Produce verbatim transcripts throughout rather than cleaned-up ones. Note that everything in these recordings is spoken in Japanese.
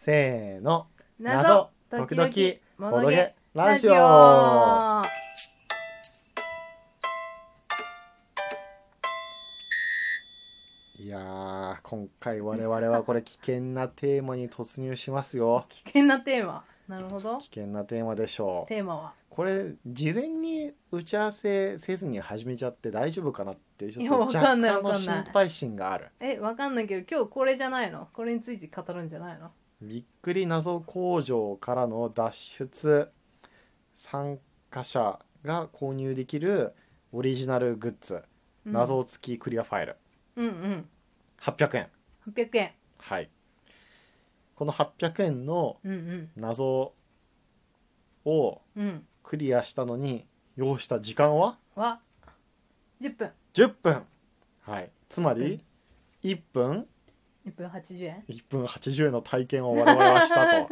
せーの。 謎時 々 々 ものげラジオ。いやー、今回我々はこれ危険なテーマに突入しますよ。 危険なテーマ。なるほど。 危険なテーマでしょう。 テーマはこれ事前に打ち合わせせずに始めちゃって大丈夫かなっていうちいやょっとわかんない若干のわかんない心配心がある。 えわかんないけど今日これじゃないの。これについて語るんじゃないの。 びっくり謎工場からの脱出、参加者が購入できるオリジナルグッズ、 うん謎付きクリアファイルうんうんはっぴゃくえん。 はっぴゃくえん。 はい、このはっぴゃくえんのうんうん謎をうんクリアしたのに要した時間ははじゅっぷん。 じゅっぷん。はい、つまりいっぷんいっぷんはちじゅうえん。 いっぷんはちじゅうえんの体験を我々はしたと。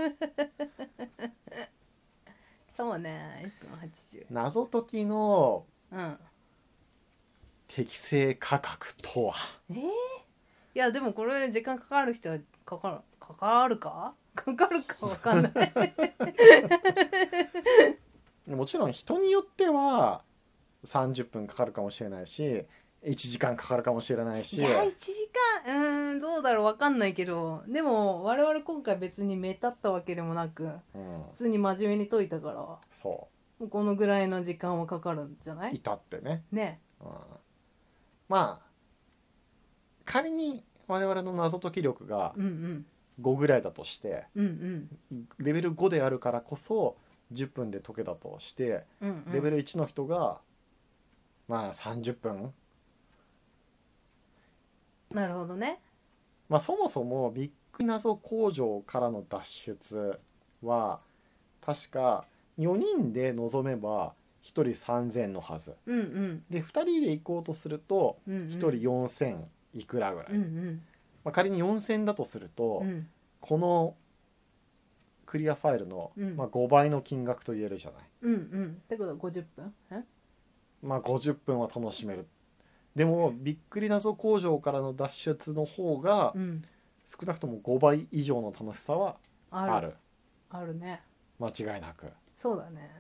そうね、いっぷんはちじゅう謎解きのえん。うん適正価格とは。 えー、いやでもこれ時間かかる人はかかるかかるかかかるかわかんないもちろん人によってはさんじゅっぷんかかるかもしれないしいちじかんかかるかもしれないし。 いやいちじかんうーんどうだろうわかんないけど、でも我々今回別に目立ったわけでもなく、 うん、 普通に真面目に解いたからもそうこのぐらいの時間はかかるんじゃなうい至ってね、 ね。 うん、まあ仮に我々の謎解き力がうんうんごぐらいだとして、 うんレベルごであるからこそじゅっぷんで解けたとして、 うんうんレベルいちの人がまあさんじゅっぷん。 なるほどね。 まあそもそもビッグ謎工場からの脱出は確かよにんで臨めばひとりさんぜんのはずうんうんで、ふたりで行こうとするとうんうんひとりよんせんいくらぐらい、 うんうんまあ、仮によんせんだとすると、 うんこのクリアファイルの、 うんまあ、ごばいの金額と言えるじゃない。 うんうんってことはごじゅっぷんえまあごじゅっぷんは楽しめる。でもびっくり謎工場からの脱出の方がうん少なくともごばい以上の楽しさはあるある。 あるね。 間違いなく。 そうだね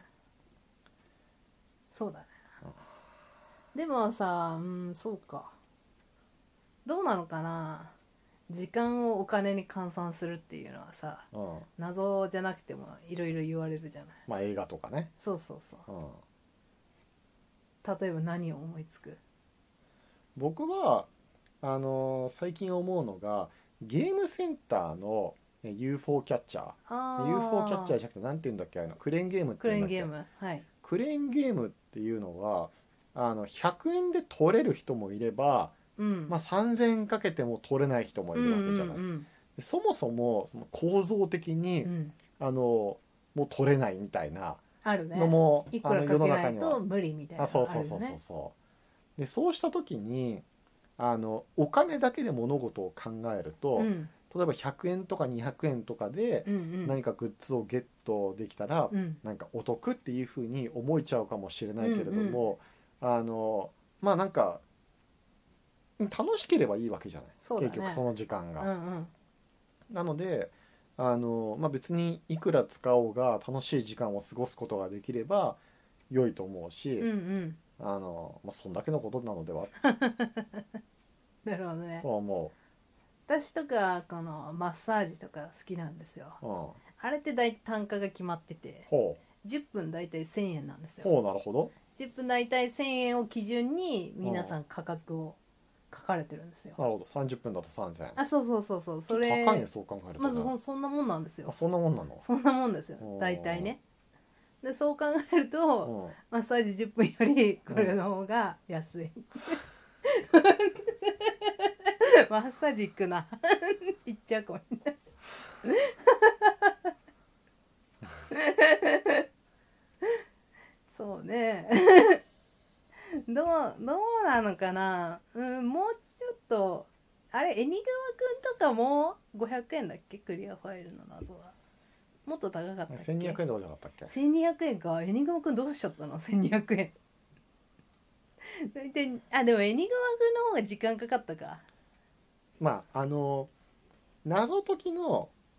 そうだね。でもさ、うんそうか、どうなのかな。時間をお金に換算するっていうのはさ、 うん、 謎じゃなくてもいろいろ言われるじゃない。 まあ映画とかね、 そうそうそう。 うん、 例えば何を思いつく。 僕はあのー最近思うのがゲームセンターのね ユーフォー キャッチャー。 あユーフォー キャッチャーーじゃなくて何て言うんだっけ、あのクレーンゲームって言うんだっけ。 クレーンゲームはいクレーンゲームっていうのはあのひゃくえんで取れる人もいれば、 うんまあ、さんぜんえんかけても取れない人もいるわけじゃない。 うんうんでそもそもその構造的に、 うんうんあのもう取れないみたいなあるね。 のも、 いくあの世らかけなの中にはいと無理みたいなあそうのあるよそうそうそうね。 そうでそうした時にあのお金だけで物事を考えると、 うん例えばひゃくえんとかにひゃくえんとかでうんうん何かグッズをゲットできたら、 うんなんかお得っていうふうに思えちゃうかもしれないけれども、あのまあなんか楽しければいいわけじゃない、 そうだね結局その時間うんうが。 んなのであの、まあ、別にいくら使おうが楽しい時間を過ごすことができれば良いと思うし、 うんうんあのまあ、そんだけのことなのではなるほどね。 と思私とかこのマッサージとか好きなんですよ。 う。うん、 あれって大体単価が決まっててほじゅっぷん大体せんえんなんですうよ。 ほうなるほど。 じゅっぷん大体せんえんを基準に皆さん価格を書かれてるんですよ。 なるほど。さんじゅっぷんだとさんぜんえん。 あそうそうそうそうそれ高いね、そう考えると、ね、 まず そ, そんなもんなんですよ。 あそんなもんなの。 そんなもんですよおー大体ね。でそう考えると、 うん、 マッサージじゅっぷんよりこれの方が安い、マッサージ行くな行っちゃうかもしれないそうねどうどうなのかな、うん、もうちょっとあれエニグマくんとかもごひゃくえんだっけクリアファイルの謎は。もっと高かったっけ。 せんにひゃくえんとかじゃなかったっけ。 せんにひゃくえんか。エニグマくんどうしちゃったのせんにひゃくえん大体あでもエニグマくんの方が時間かかったか。 まああの謎解きの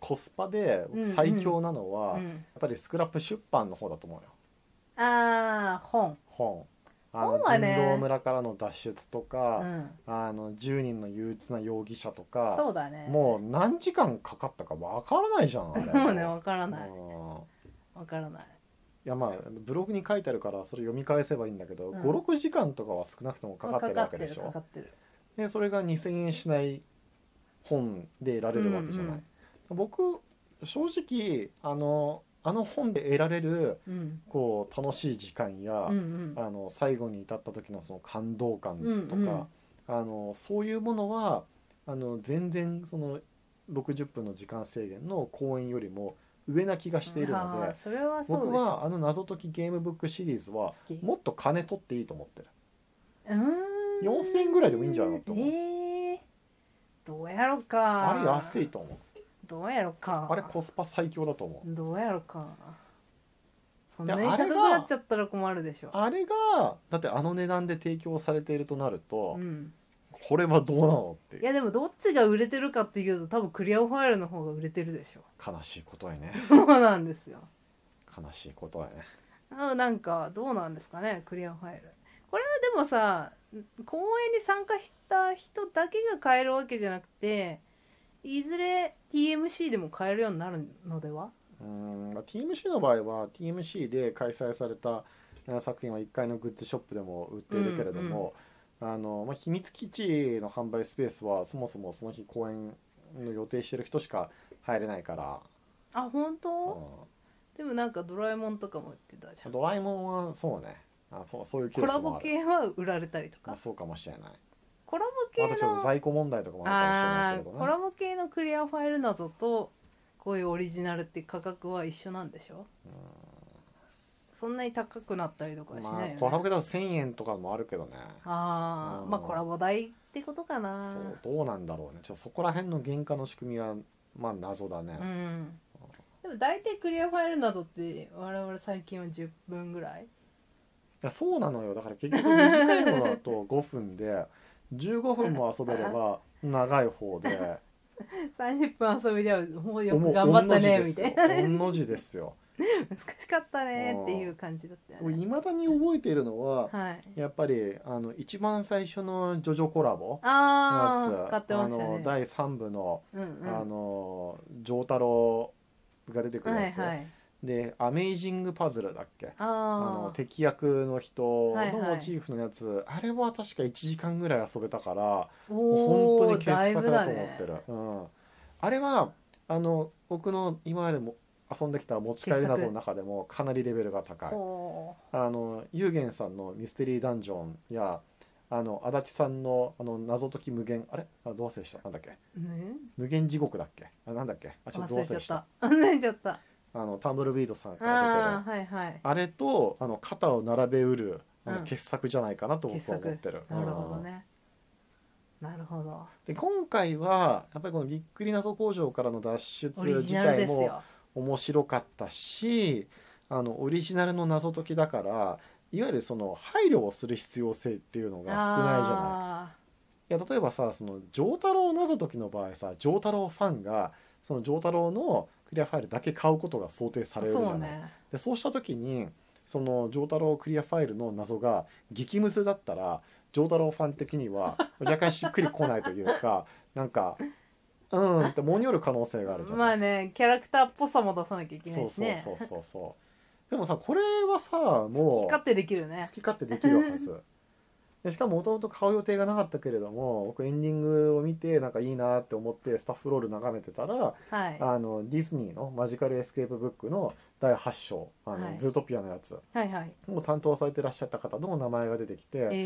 コスパで最強なのは、 うん、 やっぱりスクラップ出版の方だと思うよ。 あー本本あの本はね人狼村からの脱出とか、 うん、 あのじゅうにんの憂鬱な容疑者とか、 そうだね。 もう何時間かかったかわからないじゃんあれもうねわからないうんわからない。 いやまあブログに書いてあるからそれ読み返せばいいんだけど、 うん、 ごろくじかんとかは少なくともかかってるわけでしょ。 かかってるかかってる。 でそれがにせんえんしない本で得られるわけじゃない、うんうん、僕正直あのあの本で得られる、 うん、 こう楽しい時間や、 うんうん、 あの最後に至った時のその感動感とか、 うんうん、 あのそういうものはあの全然そのろくじゅっぷんの時間制限の公演よりも上な気がしているので、 それはそうでしょ。 僕はあの謎解きゲームブックシリーズはもっと金取っていいと思ってる。 うーんよんせんえんぐらいでもいいんじゃないのと思う。 えー、どうやろか。 あれ安いと思う。 どうやろか。 あれコスパ最強だと思う。 どうやろか。そんなに高くなっちゃったら困るでしょ。 あれがだってあの値段で提供されているとなると、 うん、 これはどうなのっていう。 いやでもどっちが売れてるかっていうと多分クリアファイルの方が売れてるでしょ。 悲しいことやね。 そうなんですよ。 悲しいことやね。 あ、なんかどうなんですかねクリアファイル。これはでもさ公演に参加した人だけが買えるわけじゃなくていずれ ティーエムシー でも買えるようになるのでは。 うん、まあ、ティーエムシー の場合は ティーエムシー で開催された作品はいっかいのグッズショップでも売っているけれども、うんうん、あのまあ、秘密基地の販売スペースはそもそもその日公演の予定してる人しか入れないから。 あ、本当、うん、でもなんかドラえもんとかも売ってたじゃん。 ドラえもんはそうね、あそういうケースースもある。 コラボ系は売られたりとか、 まあ、そうかもしれない。 コラボ系の、 またちょっと在庫問題とかもあるかもしれないけどね。 コラボ系のクリアファイル謎とこういうオリジナルって価格は一緒なんでしょ。うん、そんなに高くなったりとかしないよね。 まあ、コラボだとせんえんとかもあるけどね。 ああ、うん、まあコラボ代ってことかな。 そうどうなんだろうね。ちょそこら辺の原価の仕組みはまあ謎だね。 うん。でも大体クリアファイル謎って我々最近はじゅっぷんぐらい。いやそうなのよ。だから結局短いのだとごふんでじゅうごふんも遊べれば長い方でさんじゅっぷん遊びじゃもうよく頑張ったねみたいな。 御の字ですよ。 難しかったねっていう感じだったよね。 いまだに覚えているのは、 はい、 やっぱりあの一番最初のジョジョコラボあのやつ、 買ってましたね、 あのだいさんぶの、 うんうん、 あの丈太郎が出てくるやつ、 はいはい、 でアメイジングパズルだっけ、 ああの敵役の人はいはいのモチーフのやつ、あれは確かいちじかんぐらい遊べたから、 おもう本当に傑作だと思だってる、うん、あれはあの僕の今までも遊んできた持ち帰り謎の中でもかなりレベルが高い。あのユーゲンさんのミステリーダンジョンやあの足立さんのあの謎解き無限あれあどう忘れしたなんだっけ、ね、無限地獄だっけあなんだっけあちょっとどう忘れした忘れちゃったあのタンブルビードさんから出てる あ,、はいはい、あれとあの肩を並べうるあの傑作じゃないかなと僕は思ってる、 うん、なるほどね、なるほど。 で今回はやっぱりこのびっくり謎工場からの脱出自体も面白かったし、あのオリジナルの謎解きだからいわゆるその配慮をする必要性っていうのが少ないじゃない。いや例えばさその丈太郎謎解きの場合さ丈太郎ファンがその丈太郎のクリアファイルだけ買うことが想定されるじゃない。そうね、でそうした時にその丈太郎クリアファイルの謎が激ムズだったら丈太郎ファン的には若干しっくりこないというかなんかうーんってもによる可能性があるじゃん。 まあねキャラクターっぽさも出さなきゃいけないしね。 そうそうそうそうそうでもさこれはさもう好き勝手できるね。 好き勝手できるはずでしかももともと買う予定がなかったけれども僕エンディングを見てなんかいいなって思ってスタッフロール眺めてたら、はい、あのディズニーのマジカルエスケープブックのだいはち章あの、はい、ズートピアのやつを担当されてらっしゃった方の名前が出てきて、はいはい、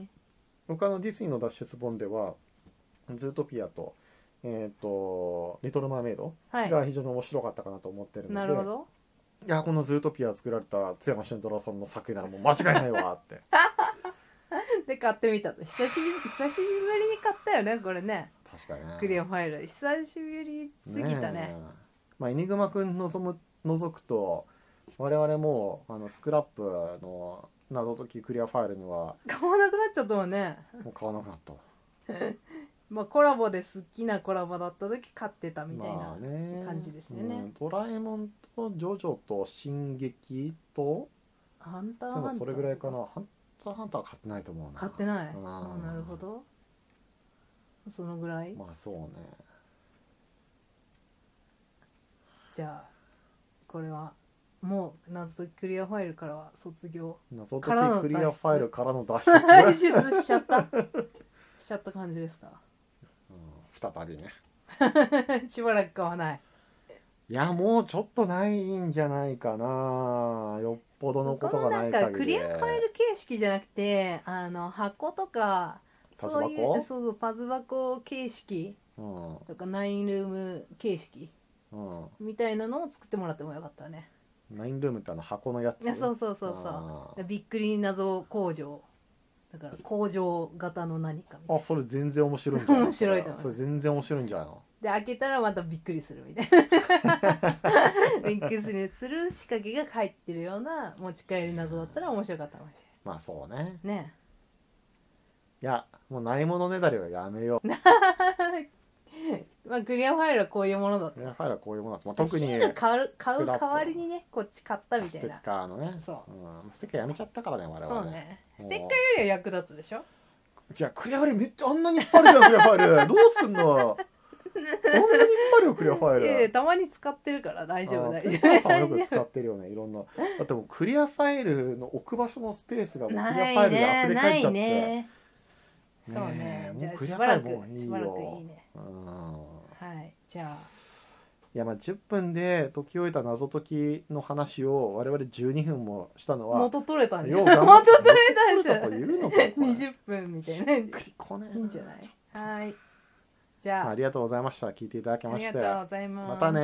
僕あのディズニーの脱出本ではズートピアとえー、とリトル・マーメイドが非常に面白かったかなと思ってるので、はい、なるほど。いやこのズートピア作られた津山俊太郎さんの作品ならもう間違いないわってで買ってみたと。久しぶり久しぶりに買ったよねこれね。 確かにね。 クリアファイル久しぶりすぎたね。ねまあエニグマくん覗む覗くと我々もあのスクラップの謎解きクリアファイルには買わなくなっちゃったもんね。 もう買わなくなったまあコラボで好きなコラボだった時買ってたみたいまなあね感じですよね、 うん、ドラえもんとジョジョと進撃とハンターでハンターもそれぐらいかな。ハンターハンターは買ってないと思うな。 買ってない、 うんああなるほど、そのぐらい、 まあそうね。 じゃあこれはもう謎解きクリアファイルからは卒業謎からの解きクリアファイルからの脱脱出出しちゃったしちゃった感じですか、 うん、再びね。 しばらく買わない。 いやもうちょっとないんじゃないかな。よっぽどのこことのがなないんか限りで。 クリアファイル形式じゃなくてあの箱とかパズそういう箱そうそうパズ箱形式うんとかナインルーム形式うんみたいなのを作ってもらってもよかったね。 ナインルームってあの箱のやつ。 いやそうそうそうそあうびっくり謎工場だから工場型の何かみたいなあそれ全然面白いんじゃない面白いと思うそれ全然面白いんじゃないの。 で開けたらまたびっくりするみたいなびっくりするする仕掛けが入ってるような持ち帰り謎だったら面白かったかもしまあそうね。 れないねいやもうないものねだりはやめよう。 まあクリアファイルはこういうものだったクリアファイルはこういうものだと、まあ、特にシール買う買うスクラップ代わりにねこっち買ったみたステッいなカーのね。 そう、 うん、ステッカーやめちゃったからね我々 そうねもうステッカーよりは役立つでしょ。 いやクリアファイルめっちゃあんなにいっぱいあるじゃんクリアファイルどうすんのこんなにいっぱいあるよクリアファイいやいやル。 たまに使ってるから大丈夫あ大丈お母さんはよく使ってるよねいろんな。だってもうクリアファイルの置く場所のスペースがもうクリアフないァイルでね溢れない返っちゃって。 ねねそうねじゃあもうクリアしばらファイルもういいよくしばらくいいねうんはいじゃあいやまあじゅっぷんで解き終えた謎解きの話を我々じゅうにふんもしたのは元取れたねよう元頑張っ取れた元取れたでしょというのかこれにじゅっぷんみたいなしっくりこねえないいんじゃないはいじゃあありがとうございました聞いていただきあましてりがとうございますまたね